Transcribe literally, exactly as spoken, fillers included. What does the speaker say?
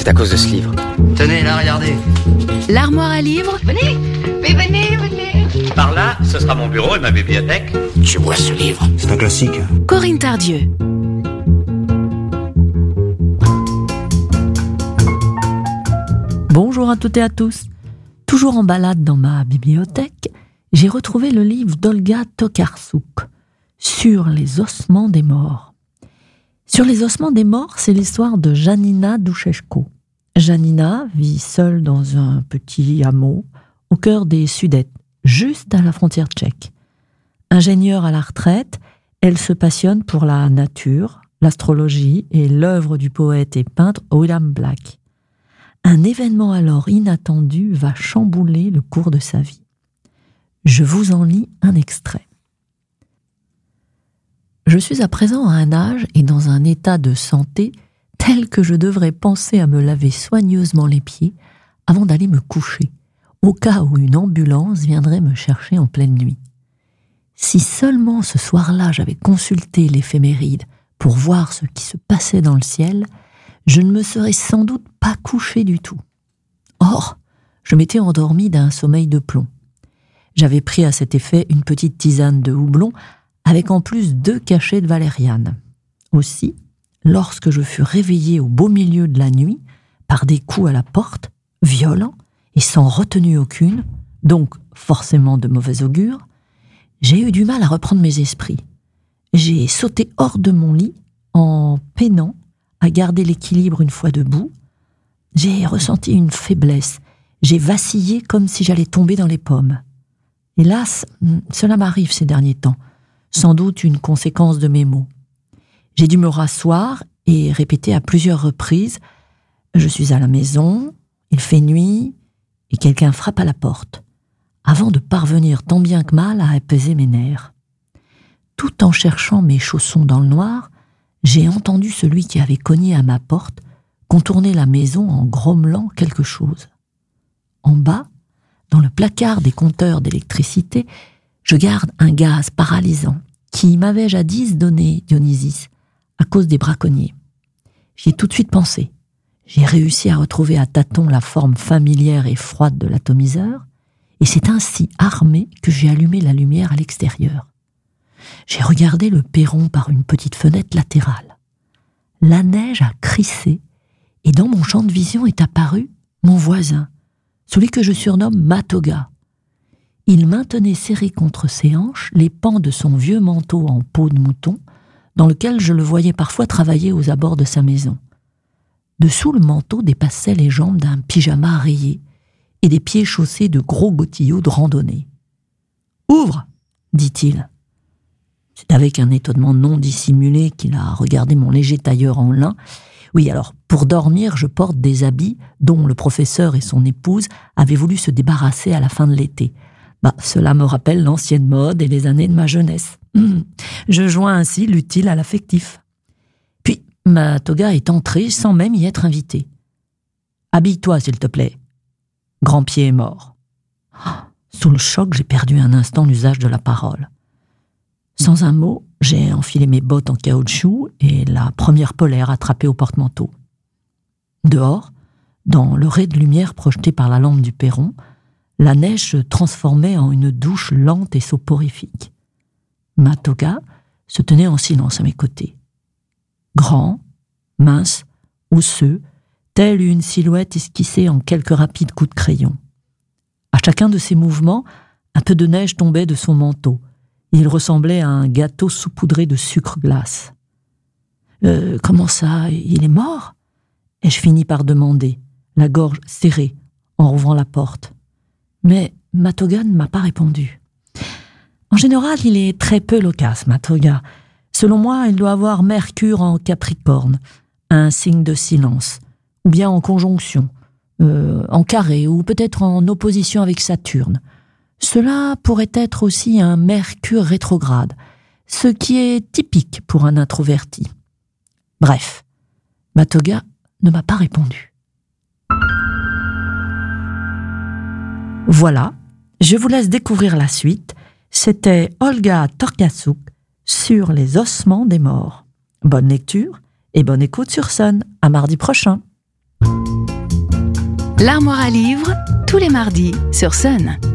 C'est à cause de ce livre. Tenez, là, regardez. L'armoire à livres. Venez, mais venez, venez. Par là, ce sera mon bureau et ma bibliothèque. Je vois ce livre. C'est un classique. Corinne Tardieu. Bonjour à toutes et à tous. Toujours en balade dans ma bibliothèque, j'ai retrouvé le livre d'Olga Tokarczuk, Sur les ossements des morts. Sur les ossements des morts, c'est l'histoire de Janina Doucheshko. Janina vit seule dans un petit hameau au cœur des Sudètes, juste à la frontière tchèque. Ingénieure à la retraite, elle se passionne pour la nature, l'astrologie et l'œuvre du poète et peintre William Black. Un événement alors inattendu va chambouler le cours de sa vie. Je vous en lis un extrait. Je suis à présent à un âge et dans un état de santé tel que je devrais penser à me laver soigneusement les pieds avant d'aller me coucher, au cas où une ambulance viendrait me chercher en pleine nuit. Si seulement ce soir-là j'avais consulté l'éphéméride pour voir ce qui se passait dans le ciel, je ne me serais sans doute pas couché du tout. Or, je m'étais endormi d'un sommeil de plomb. J'avais pris à cet effet une petite tisane de houblon, avec en plus deux cachets de valériane. Aussi, lorsque je fus réveillé au beau milieu de la nuit, par des coups à la porte, violents et sans retenue aucune, donc forcément de mauvais augure, j'ai eu du mal à reprendre mes esprits. J'ai sauté hors de mon lit en peinant à garder l'équilibre une fois debout. J'ai ressenti une faiblesse. J'ai vacillé comme si j'allais tomber dans les pommes. Hélas, cela m'arrive ces derniers temps, sans doute une conséquence de mes maux. J'ai dû me rasseoir et répéter à plusieurs reprises « Je suis à la maison, il fait nuit » et quelqu'un frappe à la porte, avant de parvenir tant bien que mal à apaiser mes nerfs. Tout en cherchant mes chaussons dans le noir, j'ai entendu celui qui avait cogné à ma porte contourner la maison en grommelant quelque chose. En bas, dans le placard des compteurs d'électricité, je garde un gaz paralysant qui m'avait jadis donné Dionysis à cause des braconniers. J'y ai tout de suite pensé. J'ai réussi à retrouver à tâtons la forme familière et froide de l'atomiseur, et c'est ainsi armé que j'ai allumé la lumière à l'extérieur. J'ai regardé le perron par une petite fenêtre latérale. La neige a crissé, et dans mon champ de vision est apparu mon voisin, celui que je surnomme Matoga. Il maintenait serré contre ses hanches les pans de son vieux manteau en peau de mouton, dans lequel je le voyais parfois travailler aux abords de sa maison. Dessous le manteau dépassaient les jambes d'un pyjama rayé et des pieds chaussés de gros bottillons de randonnée. « Ouvre !» dit-il. C'est avec un étonnement non dissimulé qu'il a regardé mon léger tailleur en lin. Oui, alors, pour dormir, je porte des habits dont le professeur et son épouse avaient voulu se débarrasser à la fin de l'été. Bah, cela me rappelle l'ancienne mode et les années de ma jeunesse. Je joins ainsi l'utile à l'affectif. Puis, Matoga est entré sans même y être invité. « Habille-toi, s'il te plaît. » Grandpied est mort. Sous le choc, j'ai perdu un instant l'usage de la parole. Sans un mot, j'ai enfilé mes bottes en caoutchouc et la première polaire attrapée au porte-manteau. Dehors, dans le ray de lumière projeté par la lampe du perron, la neige se transformait en une douche lente et soporifique. Matoga se tenait en silence à mes côtés. Grand, mince, osseux, telle une silhouette esquissée en quelques rapides coups de crayon. À chacun de ses mouvements, un peu de neige tombait de son manteau. Il ressemblait à un gâteau saupoudré de sucre glace. Euh, « Comment ça, il est mort ?» ai-je fini par demander, la gorge serrée, en rouvrant la porte. Mais Matoga ne m'a pas répondu. En général, il est très peu loquace, Matoga. Selon moi, il doit avoir Mercure en Capricorne, un signe de silence, ou bien en conjonction, euh, en carré, ou peut-être en opposition avec Saturne. Cela pourrait être aussi un Mercure rétrograde, ce qui est typique pour un introverti. Bref, Matoga ne m'a pas répondu. Voilà, je vous laisse découvrir la suite. C'était Olga Tokarczuk sur les ossements des morts. Bonne lecture et bonne écoute sur Sun. À mardi prochain. L'armoire à livres, tous les mardis sur Sun.